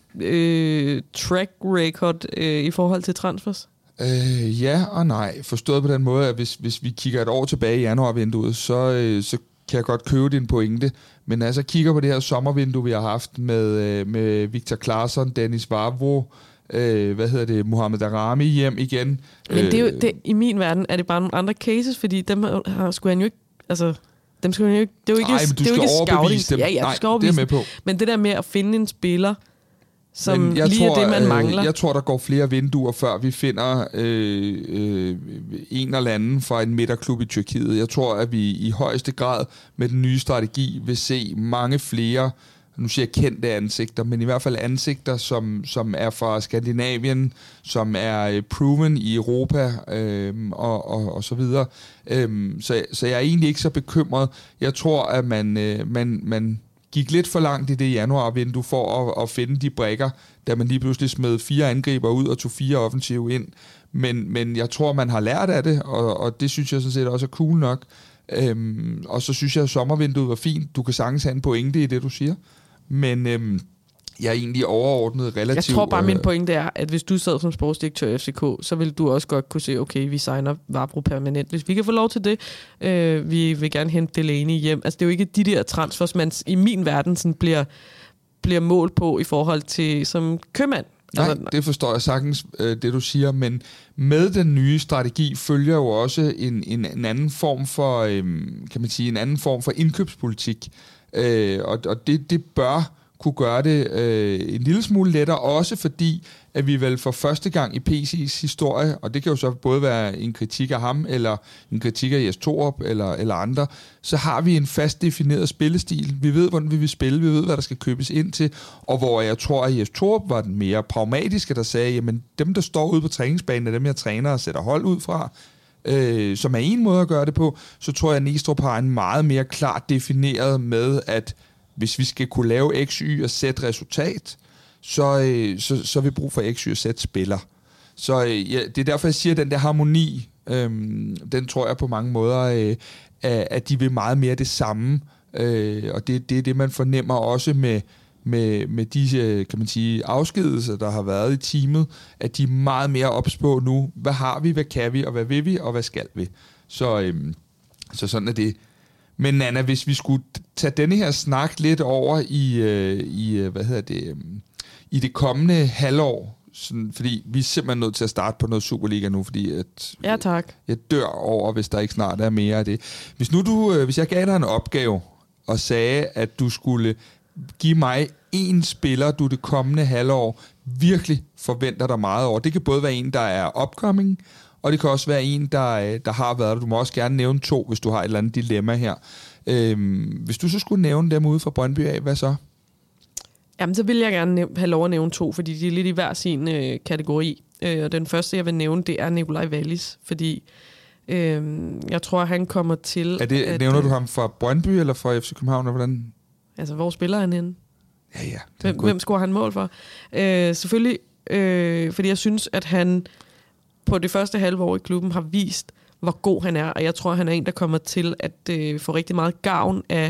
øh, track record øh, i forhold til transfers? Øh, ja og nej. Forstået på den måde, at hvis, hvis vi kigger et år tilbage i januarvinduet, så, øh, så kan jeg godt købe din pointe. Men altså kigger på det her sommervindue, vi har haft med, øh, med Victor Claesson, Dennis Vavro, øh, hvad hedder det, Mohamed Darami hjem igen. Men det er jo, det, i min verden er det bare nogle andre cases, fordi dem har, skulle han jo ikke... Altså, dem skulle han jo ikke... Det er jo ikke, Ej, men du det er skal jo ikke overbevise dem. Ja, ja, Nej, skal overbevise det er med på. Men det der med at finde en spiller, som jeg lige tror, er det, man mangler. Øh, jeg tror, der går flere vinduer, før vi finder øh, øh, en eller anden fra en midterklub i Tyrkiet. Jeg tror, at vi i højeste grad med den nye strategi vil se mange flere, nu siger jeg kendte ansigter, men i hvert fald ansigter, som, som er fra Skandinavien, som er øh, proven i Europa øh, og, og, og så videre. Øh, så, så jeg er egentlig ikke så bekymret. Jeg tror, at man... Øh, man, man gik lidt for langt i det januarvindue for at, at finde de brikker, da man lige pludselig smed fire angriber ud og tog fire offensive ind. Men, men jeg tror, man har lært af det, og, og det synes jeg sådan set også er cool nok. Øhm, og så synes jeg, at sommervinduet var fint. Du kan sagtens have en pointe i det, du siger. Men øhm, jeg er egentlig overordnet relativt... Jeg tror bare, min pointe er, at hvis du sad som sportsdirektør i F C K, så vil du også godt kunne se, okay, vi signer Vavro permanent. Hvis vi kan få lov til det, øh, vi vil gerne hente Delaney hjem. Altså, det er jo ikke de der transfers, man i min verden sådan bliver, bliver målt på i forhold til som købmand. Nej, altså, det forstår jeg sagtens, øh, det du siger, men med den nye strategi følger jo også en, en, en anden form for, øh, kan man sige, en anden form for indkøbspolitik. Øh, og og det, det bør kunne gøre det øh, en lille smule lettere, også fordi, at vi vel for første gang i P C's historie, og det kan jo så både være en kritik af ham, eller en kritik af Jes Torup, eller, eller andre, så har vi en fast defineret spillestil. Vi ved, hvordan vi vil spille, vi ved, hvad der skal købes ind til, og hvor jeg tror, at Jes Torup var den mere pragmatiske, der sagde, jamen dem, der står ude på træningsbanen, er dem, jeg træner og sætter hold ud fra, øh, som er en måde at gøre det på, så tror jeg, at Næstrup har en meget mere klart defineret med, at hvis vi skal kunne lave X, Y og Z resultat, så, øh, så, så har vi brug for X, Y og Z spiller. Så øh, ja, det er derfor, jeg siger, at den der harmoni, øh, den tror jeg på mange måder, øh, at de vil meget mere det samme. Øh, og det, det er det, man fornemmer også med, med, med de, kan man sige, afskedelser, der har været i teamet, at de er meget mere ops på nu. Hvad har vi, hvad kan vi, og hvad vil vi, og hvad skal vi? Så, øh, så sådan er det. Men Nanna, hvis vi skulle tage denne her snak lidt over i, øh, i hvad hedder det, øh, i det kommende halvår, sådan, fordi vi er simpelthen nødt til at starte på noget Superliga nu, fordi at ja, tak. Jeg, jeg dør over, hvis der ikke snart er mere af det. Hvis nu du, øh, hvis jeg gav dig en opgave og sagde, at du skulle give mig en spiller, du det kommende halvår virkelig forventer dig meget over. Det kan både være en, der er upcoming, og det kan også være en, der, der har været der. Du må også gerne nævne to, hvis du har et eller andet dilemma her. Øhm, hvis du så skulle nævne dem ude fra Brøndby af, hvad så? Jamen, så vil jeg gerne nævne, have lov at nævne to, fordi de er lidt i hver sin øh, kategori. Øh, og den første, jeg vil nævne, det er Nikolaj Wallis, fordi øh, jeg tror, han kommer til... Er det, at, nævner du ham fra Brøndby eller fra F C København? Eller hvordan? Altså, hvor spiller han henne? Ja, ja. Hvem, hvem scorer han mål for? Øh, selvfølgelig, øh, fordi jeg synes, at han på det første halve år i klubben har vist, hvor god han er, og jeg tror, han er en, der kommer til at øh, få rigtig meget gavn af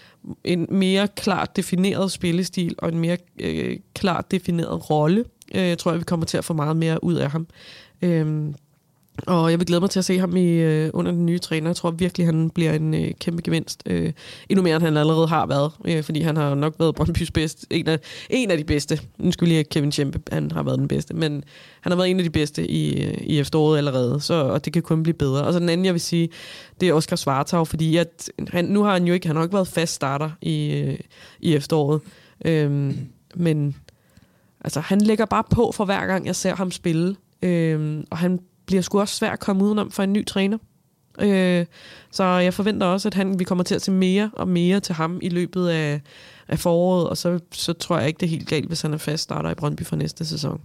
en mere klart defineret spillestil og en mere øh, klart defineret rolle. Øh, jeg tror, at vi kommer til at få meget mere ud af ham. Øh, og jeg vil glæde mig til at se ham i, øh, under den nye træner. Jeg tror virkelig, han bliver en øh, kæmpe gevinst. Øh, endnu mere, end han allerede har været. Øh, fordi han har nok været Brøndbys bedste. En af, en af de bedste. Nu skulle lige have Kevin Tjempe. Han har været den bedste. Men han har været en af de bedste i, i efteråret allerede. Så, og det kan kun blive bedre. Og så den anden, jeg vil sige, det er Oscar Svartau. Fordi at han, nu har han jo ikke, han har ikke været fast starter i, øh, i efteråret. Øh, men altså, han lægger bare på for hver gang, jeg ser ham spille. Øh, og han bliver sgu også svært at komme udenom for en ny træner. Øh, så jeg forventer også, at han, vi kommer til at se mere og mere til ham i løbet af, af foråret, og så, så tror jeg ikke, det er helt galt, hvis han er fast starter i Brøndby for næste sæson.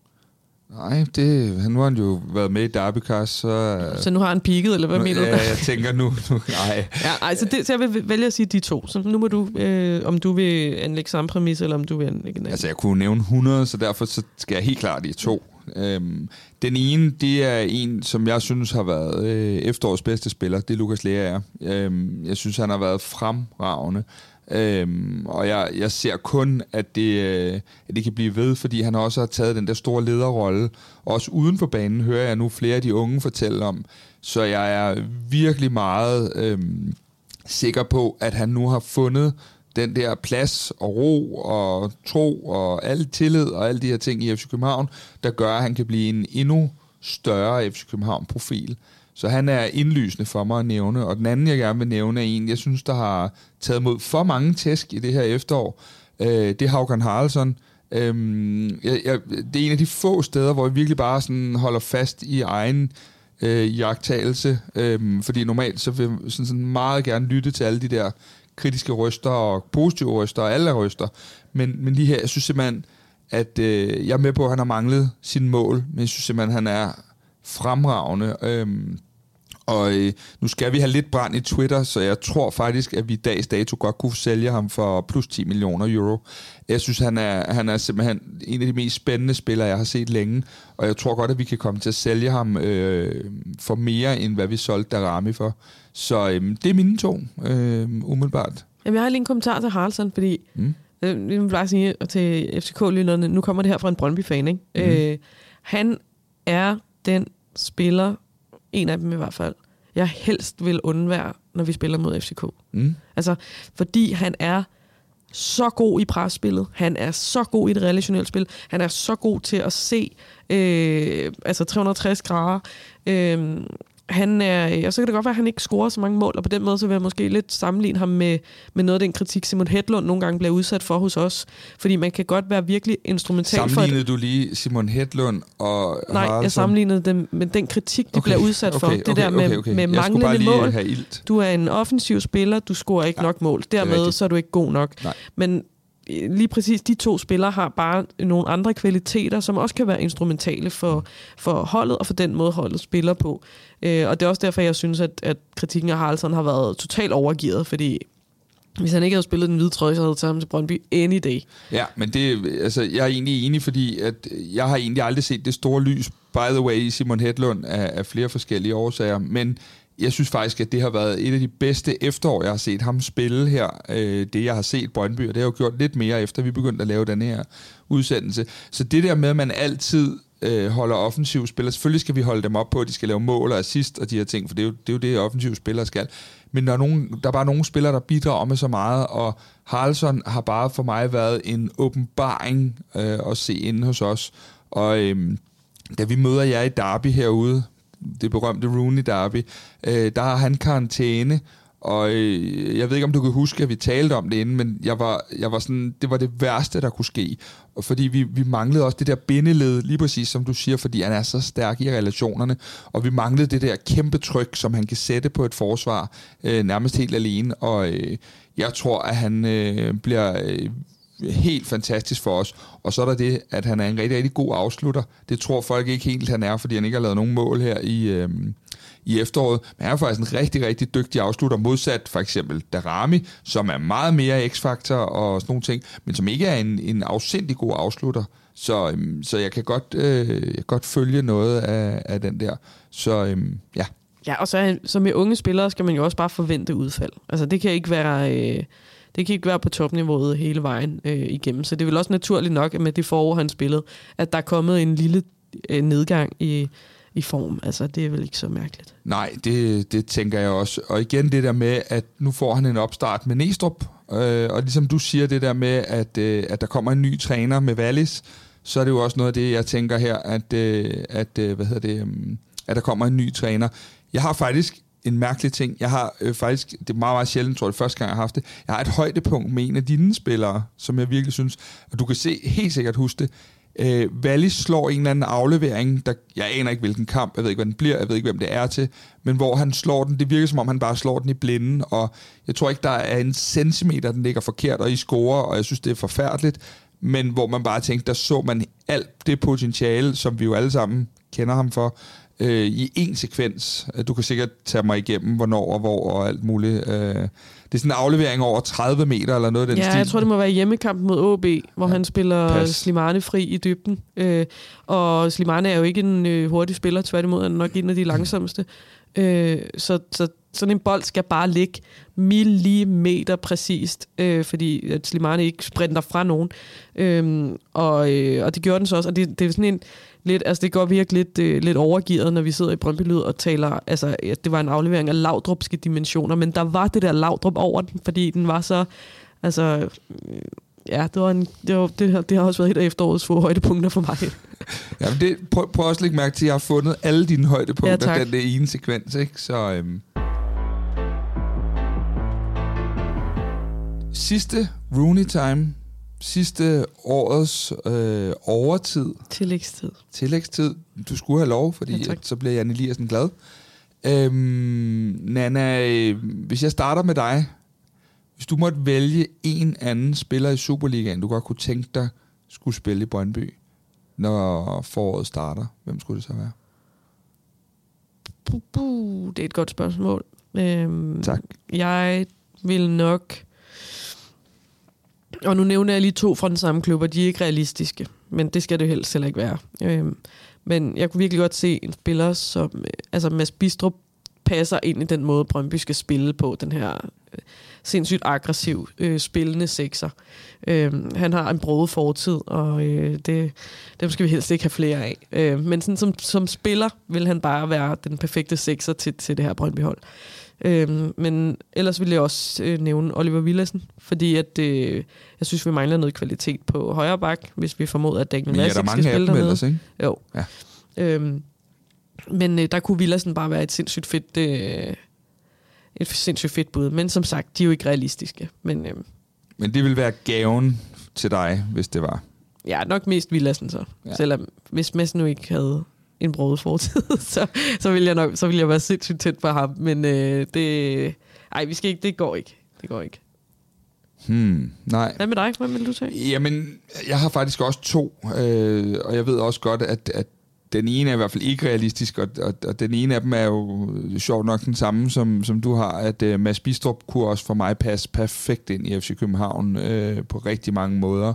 Nej, det, nu har han jo været med i Derbycast, så... Så nu har han peaked, eller hvad nu, mener du? Ja, jeg tænker nu... nu nej. Ja, altså det, så jeg vil vælge at sige de to. Så nu må du, øh, om du vil anlægge samme præmis, eller om du vil anlægge en anden. Altså, jeg kunne nævne hundrede, så derfor så skal jeg helt klart i to. Øhm, den ene, det er en, som jeg synes har været øh, efterårets bedste spiller. Det er Lukas Leaer. Øhm, jeg synes, han har været fremragende. Øhm, og jeg, jeg ser kun, at det, øh, at det kan blive ved, fordi han også har taget den der store lederrolle. Også uden for banen hører jeg nu flere af de unge fortælle om. Så jeg er virkelig meget øh, sikker på, at han nu har fundet den der plads og ro og tro og al tillid og alle de her ting i F C København, der gør, at han kan blive en endnu større F C København-profil. Så han er indlysende for mig at nævne. Og den anden, jeg gerne vil nævne, er en, jeg synes, der har taget mod for mange tæsk i det her efterår. Øh, det er Håkan Haraldsson. Øh, jeg, jeg, det er en af de få steder, hvor jeg virkelig bare sådan holder fast i egen øh, iagttagelse. Øh, fordi normalt så vil jeg sådan, sådan meget gerne lytte til alle de der kritiske røster og positive røster og alle røster. Men, men lige her, jeg synes simpelthen, at øh, jeg er med på, at han har manglet sine mål, men jeg synes simpelthen, at han er fremragende. Øhm, og øh, nu skal vi have lidt brand i Twitter, så jeg tror faktisk, at vi i dags dato godt kunne sælge ham for plus ti millioner euro. Jeg synes, han er, han er simpelthen en af de mest spændende spillere, jeg har set længe, og jeg tror godt, at vi kan komme til at sælge ham øh, for mere, end hvad vi solgte Darami for. Så øh, det er mine to, øh, umiddelbart. Jamen, jeg har lige en kommentar til Haraldsson, fordi mm. øh, vi må bare sige til F C K-lytterne, nu kommer det her fra en Brøndby-fan, ikke? Mm. Øh, han er den spiller, en af dem i hvert fald, jeg helst vil undvære, når vi spiller mod F C K. Mm. Altså, fordi han er så god i presspillet, han er så god i det relationelle spil, han er så god til at se øh, altså tre hundrede og tres grader, øh, han er, og så kan det godt være, at han ikke scorer så mange mål, og på den måde så vil jeg måske lidt sammenligne ham med, med noget af den kritik, Simon Hedlund nogle gange bliver udsat for hos os. Fordi man kan godt være virkelig instrumental for... Sammenlignede du lige Simon Hedlund og Nej, Haraldsson? Jeg sammenlignede dem med den kritik, de okay, bliver udsat for. okay, det okay, der med, okay, okay. med manglende mål. Du er en offensiv spiller, du scorer ikke ja, nok mål. Dermed så er du ikke god nok. Nej. Men lige præcis de to spillere har bare nogle andre kvaliteter, som også kan være instrumentale for, for holdet, og for den måde holdet spiller på. Øh, og det er også derfor, jeg synes, at, at kritikken af Haraldsson har været totalt overgivet, fordi hvis han ikke havde spillet den hvide trøje, så havde jeg taget ham til Brøndby any day. Ja, men det, altså, jeg er egentlig enig, fordi at jeg har egentlig aldrig set det store lys, by the way, i Simon Hedlund af, af flere forskellige årsager, men jeg synes faktisk, at det har været et af de bedste efterår, jeg har set ham spille her. Øh, det, jeg har set Brøndby, og det har jo gjort lidt mere, efter vi begyndte at lave den her udsendelse. Så det der med, at man altid øh, holder offensive spillere, selvfølgelig skal vi holde dem op på, at de skal lave mål og assist og de her ting, for det er jo det, er jo det offensive spillere skal. Men der er, nogen, der er bare nogle spillere, der bidrager med så meget, og Haraldsson har bare for mig været en åbenbaring øh, at se inde hos os. Og øh, da vi møder jer i Derby herude, det berømte Rooney Derby, øh, der har han karantæne, og øh, jeg ved ikke, om du kan huske, at vi talte om det inden, men jeg var, jeg var sådan, det var det værste, der kunne ske. Og fordi vi, vi manglede også det der bindeled, lige præcis som du siger, fordi han er så stærk i relationerne, og vi manglede det der kæmpe tryk, som han kan sætte på et forsvar, øh, nærmest helt alene, og øh, jeg tror, at han øh, bliver... Øh, helt fantastisk for os. Og så er der det, at han er en rigtig, rigtig god afslutter. Det tror folk ikke helt, han er, fordi han ikke har lavet nogen mål her i, øhm, i efteråret. Men han er faktisk en rigtig, rigtig dygtig afslutter, modsat for eksempel Darami, som er meget mere x-faktor og sådan nogle ting, men som ikke er en, en afsindig god afslutter. Så, øhm, så jeg kan godt, øh, jeg kan godt følge noget af, af den der. Så øhm, ja. Ja, og så, så med unge spillere skal man jo også bare forvente udfald. Altså det kan ikke være... Øh Det kan ikke være på topniveauet hele vejen øh, igennem. Så det er vel også naturligt nok, at med det forår, han spillede, at der er kommet en lille øh, nedgang i, i form. Altså, det er vel ikke så mærkeligt. Nej, det, det tænker jeg også. Og igen det der med, at nu får han en opstart med Næstrup. Øh, og ligesom du siger det der med, at, øh, at der kommer en ny træner med Wallis, så er det jo også noget af det, jeg tænker her, at, øh, at, øh, hvad hedder det, øh, at der kommer en ny træner. Jeg har faktisk en mærkelig ting. Jeg har øh, faktisk, det er meget, meget sjældent, tror jeg, det første gang, jeg har haft det. Jeg har et højdepunkt med en af dine spillere, som jeg virkelig synes, og du kan se, helt sikkert huske det. Øh, Wallis slår en eller anden aflevering, der, jeg aner ikke, hvilken kamp, jeg ved ikke, hvad den bliver, jeg ved ikke, hvem det er til, men hvor han slår den, det virker som om, han bare slår den i blinden, og jeg tror ikke, der er en centimeter, den ligger forkert, og I scorer, og jeg synes, det er forfærdeligt, men hvor man bare tænkte, der så man alt det potentiale, som vi jo alle sammen kender ham for, øh, i en sekvens. Du kan sikkert tage mig igennem, hvornår og hvor og alt muligt. Øh, det er sådan en aflevering over tredive meter eller noget af den ja, stil. Jeg tror, det må være hjemmekampen mod O B, hvor ja, han spiller pas. Slimane fri i dybden. Øh, og Slimane er jo ikke en øh, hurtig spiller, tværtimod er nok en af de langsomste. Øh, så, så sådan en bold skal bare ligge millimeter præcist, øh, fordi at Slimane ikke sprinter fra nogen. Øh, og, øh, og det gjorde den så også, og det, det er sådan en lidt, altså det går virkelig lidt, øh, lidt overgivet, når vi sidder i Brøndby Lyd og taler, altså at det var en aflevering af Laudrupske dimensioner, men der var det der Laudrup over den, fordi den var så, altså, øh, ja, det var en, det, var, det, har, det har også været et af efterårets få højdepunkter for mig. Ja, men det, prøv, prøv også at lægge mærke til, at jeg har fundet alle dine højdepunkter, ja, den der ene sekvens, ikke? Så øhm. sidste Rooney Time, sidste årets øh, overtid. Tillægstid. Tillægstid. Du skulle have lov, fordi ja, så bliver Janne Eliassen glad. Øhm, Nanna, øh, hvis jeg starter med dig, hvis du måtte vælge en anden spiller i Superligaen, du godt kunne tænke dig skulle spille i Brøndby, når foråret starter, hvem skulle det så være? Buh, buh, det er et godt spørgsmål. Øhm, tak. Jeg vil nok... Og nu nævner jeg lige to fra den samme klub, og de er ikke realistiske, men det skal det helst heller ikke være. Øhm, men jeg kunne virkelig godt se en spiller, som altså Mads Bistrup passer ind i den måde, Brøndby skal spille på, den her øh, sindssygt aggressiv, øh, spillende sekser. Øhm, han har en broget fortid, og øh, det, dem skal vi helst ikke have flere af. Øh, men sådan, som, som spiller vil han bare være den perfekte sekser til, til det her Brøndby-hold. Øhm, men ellers vil jeg også øh, nævne Oliver Villadsen, fordi at, øh, jeg synes, vi mangler noget kvalitet på højre bak, hvis vi formoder, at Daniel Lassik skal spille dernede. Ellers, ikke? Jo. Ja. Øhm, Men øh, der kunne Villadsen bare være et sindssygt fedt, øh, et sindssygt fedt bud. Men som sagt, de er jo ikke realistiske. Men, øh, Men det ville være gaven til dig, hvis det var. Ja, nok mest Villadsen så. Ja. Selvom hvis Messi nu ikke havde en broget fortid, så, så ville jeg nok så ville jeg være sindssygt tæt på ham. Men øh, det... Ej, vi skal ikke, det går ikke. Det går ikke. Hmm, nej. Hvad med dig? Hvad vil du sige? Jamen, jeg har faktisk også to, øh, og jeg ved også godt, at, at den ene er i hvert fald ikke realistisk, og, og, og den ene af dem er jo sjovt nok den samme, som, som du har, at uh, Mads Bistrup kunne også for mig passe perfekt ind i F C København øh, på rigtig mange måder.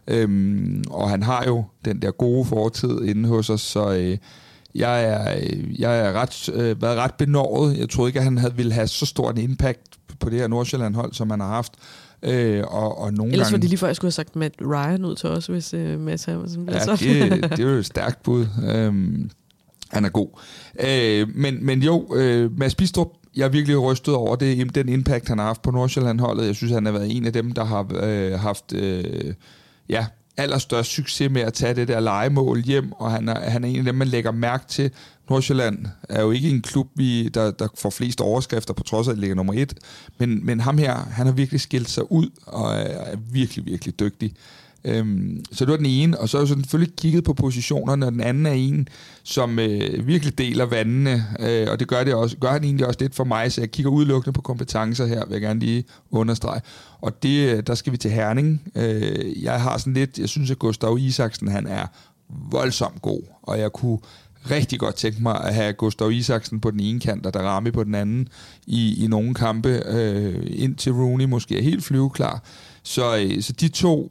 Øhm, og han har jo den der gode fortid inde hos os, så øh, jeg er, jeg er ret, øh, været ret benåret. Jeg troede ikke, at han havde ville have så stor en impact på det her Nordsjælland-hold, som han har haft. Øh, og, og nogle Ellers gange... var det lige før, jeg skulle have sagt Matt Ryan ud til os, hvis øh, Mads her var sådan. Ja, det, det er jo et stærkt bud. Øhm, han er god. Øh, men, men jo, øh, Mads Bistrup, jeg er virkelig rystet over det, den impact, han har haft på Nordsjælland-holdet. Jeg synes, han har været en af dem, der har øh, haft øh, ja, allerstørst succes med at tage det der lejemål hjem, og han er, han er en af dem, man lægger mærke til. Nordsjælland er jo ikke en klub, vi, der, der får flest overskrifter, på trods af, at det ligger nummer et. Men, men ham her, han har virkelig skilt sig ud, og er, er virkelig, virkelig dygtig. Øhm, så det var den ene, og så har jeg selvfølgelig kigget på positionerne, og den anden er en, som øh, virkelig deler vandene, øh, og det gør, det også, gør han egentlig også lidt for mig, så jeg kigger udelukkende på kompetencer her, vil jeg gerne lige understrege. Og det, der skal vi til Herning. Øh, jeg har sådan lidt, jeg synes, at Gustav Isaksen, han er voldsomt god, og jeg kunne rigtig godt tænke mig at have Gustav Isaksen på den ene kant, og Darami på den anden i, i nogle kampe, øh, indtil Rooney måske er helt flyveklar. Så, øh, så de to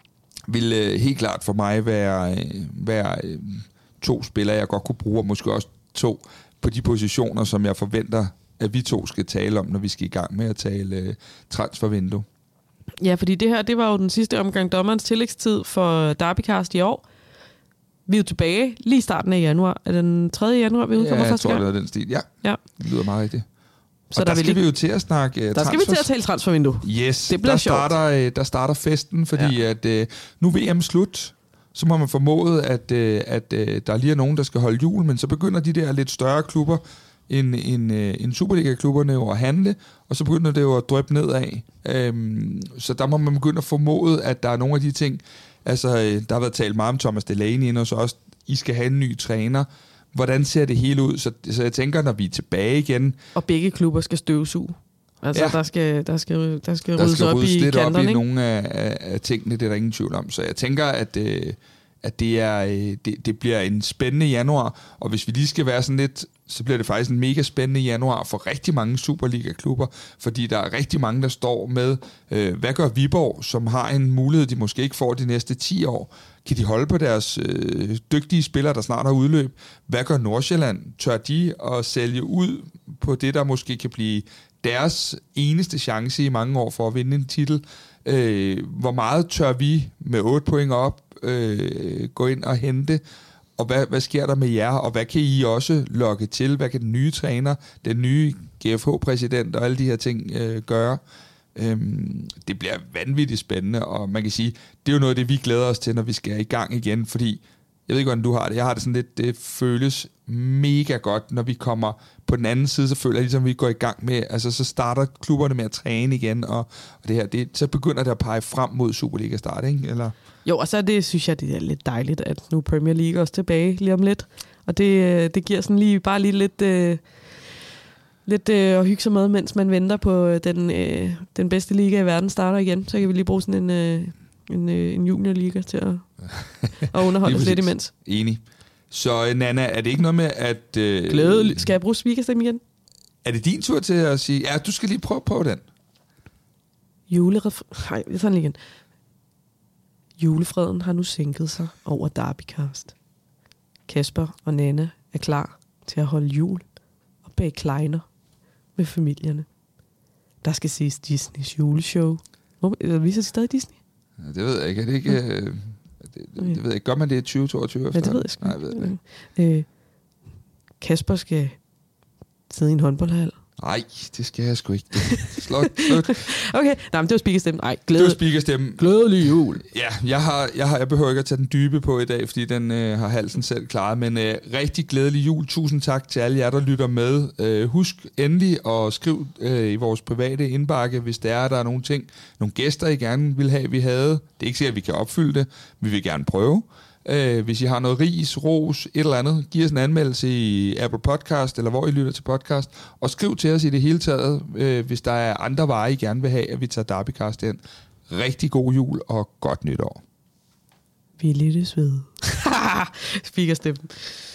vil øh, helt klart for mig være, øh, være øh, to spillere, jeg godt kunne bruge, og måske også to på de positioner, som jeg forventer, at vi to skal tale om, når vi skal i gang med at tale øh, transfervindue. Ja, fordi det her, det var jo den sidste omgang dommerens tillægstid for Derbycast i år. Vi er jo tilbage lige i starten af januar. Er den tredje januar, vi udkommer ja, første gang? Ja, jeg tror, det er den stil. Ja, ja, det lyder meget rigtigt. Så og der, der skal lige... vi jo til at snakke uh, Der transfers. skal vi til at tale transfervindue. Yes, det bliver der sjovt. starter, uh, der starter festen, fordi ja. at uh, nu er V M slut, så må man formode, at, uh, at uh, der lige er nogen, der skal holde jul, men så begynder de der lidt større klubber, end, end, uh, end Superliga-klubberne jo at handle, og så begynder det jo at dryppe nedad. Um, så der må man begynde at formode, at der er nogle af de ting, altså der har været talt meget om Thomas Delaney ind, og så også, I skal have en ny træner. Hvordan ser det hele ud? Så, så jeg tænker, når vi er tilbage igen... Og begge klubber skal støvsuge. Altså, ja. der skal, der skal, der skal der ryddes skal op ryddes i lidt kanterne, op i ikke? nogle af, af, af tingene, det er der ingen tvivl om. Så jeg tænker, at, øh, at det, er, øh, det, det bliver en spændende januar, og hvis vi lige skal være sådan lidt, så bliver det faktisk en mega spændende januar for rigtig mange Superliga-klubber, fordi der er rigtig mange, der står med, øh, hvad gør Viborg, som har en mulighed, de måske ikke får de næste ti år. Kan de holde på deres øh, dygtige spillere, der snart har udløb? Hvad gør Nordsjælland? Tør de at sælge ud på det, der måske kan blive deres eneste chance i mange år for at vinde en titel? Øh, hvor meget tør vi med otte point op øh, gå ind og hente? Og hvad, hvad sker der med jer? Og hvad kan I også lokke til? Hvad kan den nye træner, den nye G F H-præsident og alle de her ting øh, gøre? Øhm, det bliver vanvittigt spændende, og man kan sige, det er jo noget af det, vi glæder os til, når vi skal i gang igen, fordi, jeg ved ikke, hvordan du har det, jeg har det sådan lidt, det føles mega godt, når vi kommer på den anden side, så føler jeg ligesom, vi går i gang med, altså så starter klubberne med at træne igen, og, og det her, det, så begynder det at pege frem mod Superliga start, ikke? Eller? Jo, og så det, synes jeg, det er lidt dejligt, at nu Premier League også tilbage lige om lidt, og det, det giver sådan lige, bare lige lidt... Øh Lidt øh, at hygge sig med, mens man venter på øh, den, øh, den bedste liga i verden starter igen. Så kan vi lige bruge sådan en, øh, en, øh, en juniorliga til at, at underholde os lidt imens. Enig. Så Nana, er det ikke noget med at... Øh, Glæde. Skal jeg bruge speakerstemme igen? Er det din tur til at sige... Ja, du skal lige prøve på den. Juleref... Nej, jeg tager den lige igen. Julefreden har nu sænket sig over Derbycast. Kasper og Nana er klar til at holde jul og bage kleiner med familierne. Der skal ses Disneys juleshow. Viser det stadig Disney? Ja, det ved jeg ikke. Er det ikke... Øh, det, det, det ved jeg ikke. Gør man det i tyve toogtyve? Ja, det ved jeg sgu. Nej, jeg ved det ikke. Øh, Kasper skal sidde i en håndboldhal Nej, det skal jeg sgu ikke. Slut, slut. Okay, nej, men det var speakerstemmen. Nej, glæde, Det var speakerstemmen. glædelig jul. Ja, jeg, har, jeg, har, jeg behøver ikke at tage den dybe på i dag, fordi den øh, har halsen selv klaret. Men øh, rigtig glædelig jul. Tusind tak til alle jer, der lytter med. Øh, husk endelig at skrive øh, i vores private indbakke, hvis der er, der er nogle ting, nogle gæster, I gerne vil have, vi havde. Det er ikke sikkert, at vi kan opfylde det. Vi vil gerne prøve. Øh, hvis I har noget ris, ros, et eller andet, giv os en anmeldelse i Apple Podcast, eller hvor I lytter til podcast, og skriv til os i det hele taget, øh, hvis der er andre veje, I gerne vil have, at vi tager Derbycast ind. Rigtig god jul og godt nytår. Vi lyttes ved. Speakerstemmen.